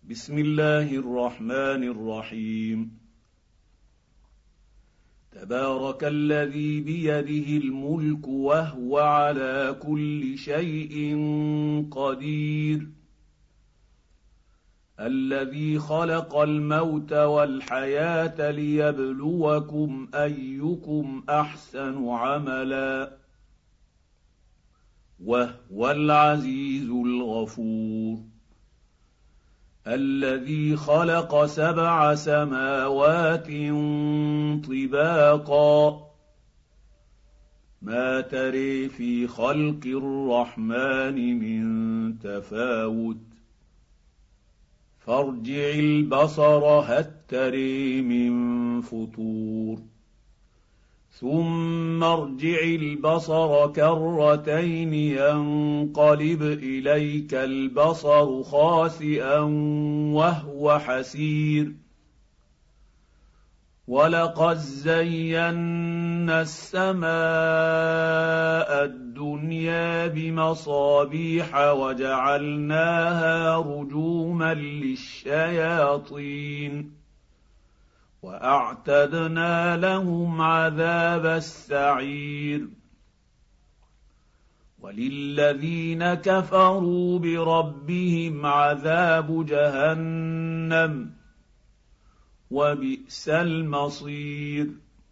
بسم الله الرحمن الرحيم. تبارك الذي بيده الملك وهو على كل شيء قدير، الذي خلق الموت والحياه ليبلوكم ايكم احسن عملا، وهو العزيز الغفور. الذي خلق 7 سماوات طباقا، ما تري في خلق الرحمن من تفاوت، فارجع البصر هل تري من فطور، ثم ارجع البصر كرتين ينقلب اليك البصر خاسئا وهو حسير، ولقد زينا السماء الدنيا بمصابيح وجعلناها رجوما للشياطين، واعتدنا لهم عذاب السعير. وللذين كفروا بربهم عذاب جهنم، وبئس المصير.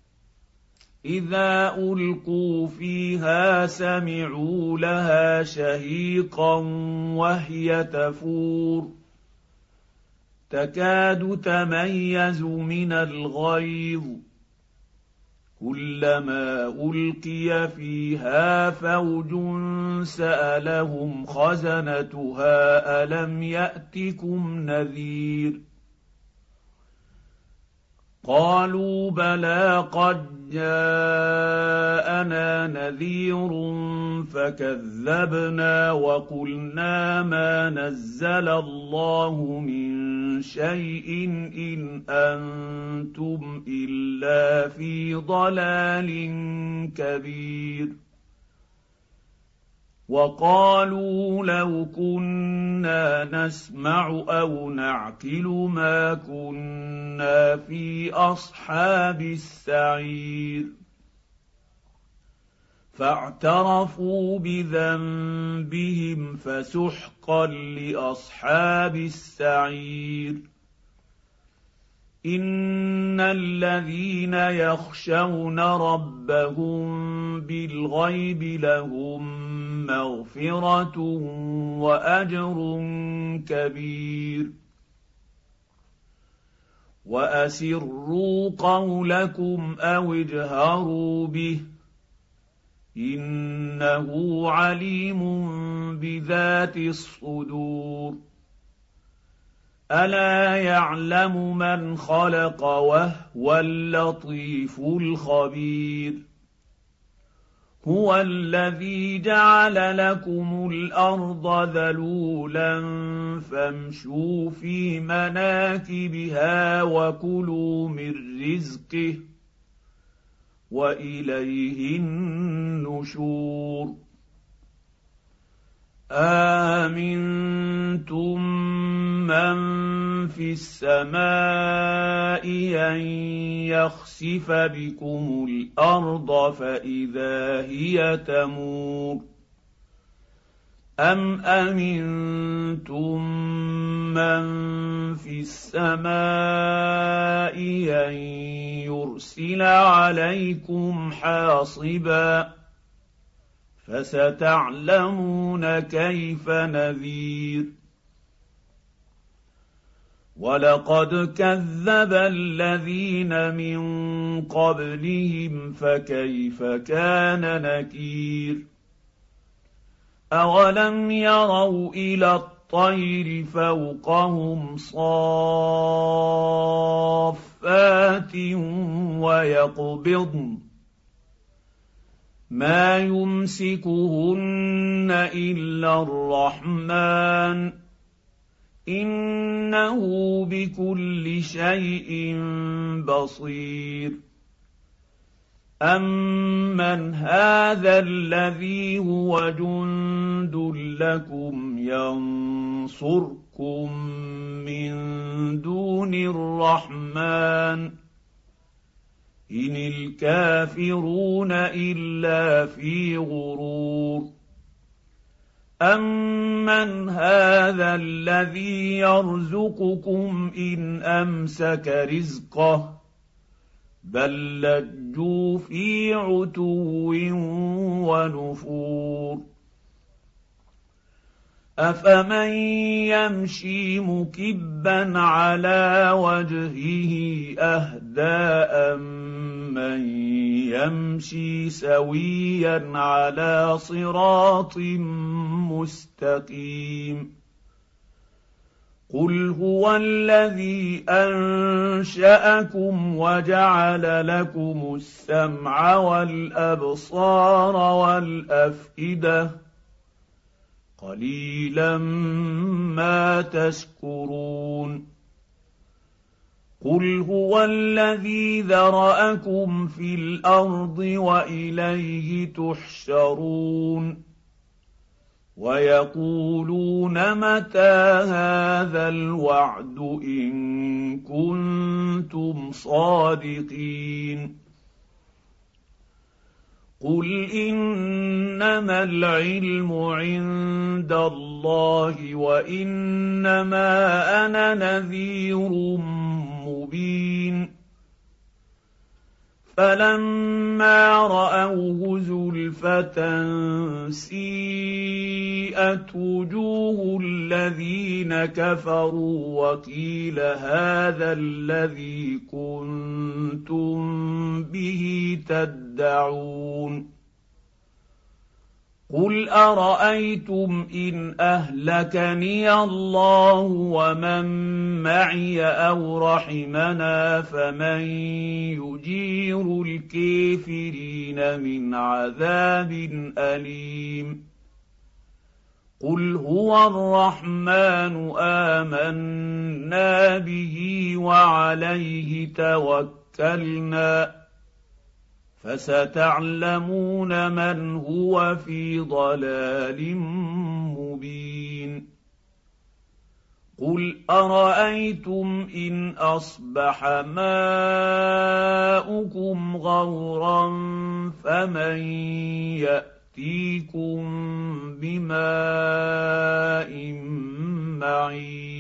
اذا القوا فيها سمعوا لها شهيقا وهي تفور، تكاد تميز من الغيظ، كلما القي فيها فوج سالهم خزنتها الم ياتكم نذير، قالوا بلى قد جاءنا نذير فكذبنا وقلنا ما نزل الله من شيء إن أنتم إلا في ضلال كبير. وقالوا لو كنا نسمع أو نعقل ما كنا في أصحاب السعير، فاعترفوا بذنبهم فسحقا لأصحاب السعير. إن الذين يخشون ربهم بالغيب لهم مغفرة وأجر كبير. وأسروا قولكم أو اجهروا به، إنه عليم بذات الصدور. ألا يعلم من خلق وهو اللطيف الخبير. هو الذي جعل لكم الأرض ذلولا فامشوا في مناكبها وكلوا من رزقه، وإليه النشور. آمنتم من في السماء أن يخسف بكم الأرض فإذا هي تمور، أم أمنتم من في السماء أن يرسل عليكم حاصبا، فستعلمون كيف نذير. ولقد كذب الذين من قبلهم فكيف كان نكير. أولم يروا إلى الطير فوقهم صافات ويقبضن ما يمسكهن إلا الرحمن، إنه بكل شيء بصير. أَمَّنْ هَٰذَا الَّذِي هُوَ جُندٌ لَّكُمْ يَنصُرُكُم يتخذكم من دون الرحمن إن الكافرون إلا في غرور أمن هذا الذي يرزقكم إن أمسك رزقه بل لجوا في عتو ونفور أفمن يمشي مكبا على وجهه أهدى أمن يمشي سويا على صراط مستقيم قل هو الذي أنشأكم وجعل لكم السمع والأبصار والأفئدة قليلا ما تشكرون قل هو الذي ذرأكم في الأرض وإليه تحشرون ويقولون متى هذا الوعد إن كنتم صادقين قل إنما العلم عند الله وإنما أنا نذير مبين فلما رأوه زلفة سيئت وجوه الذين كفروا وقيل هذا الذي كنتم به تدعون قل أرأيتم إن أهلكني الله ومن معي أو رحمنا فمن يجير الكافرين من عذاب أليم قل هو الرحمن آمنا به وعليه توكلنا فستعلمون من هو في ضلال مبين قل أرأيتم إن أصبح ماؤكم غورا فمن يأتيكم بماء معين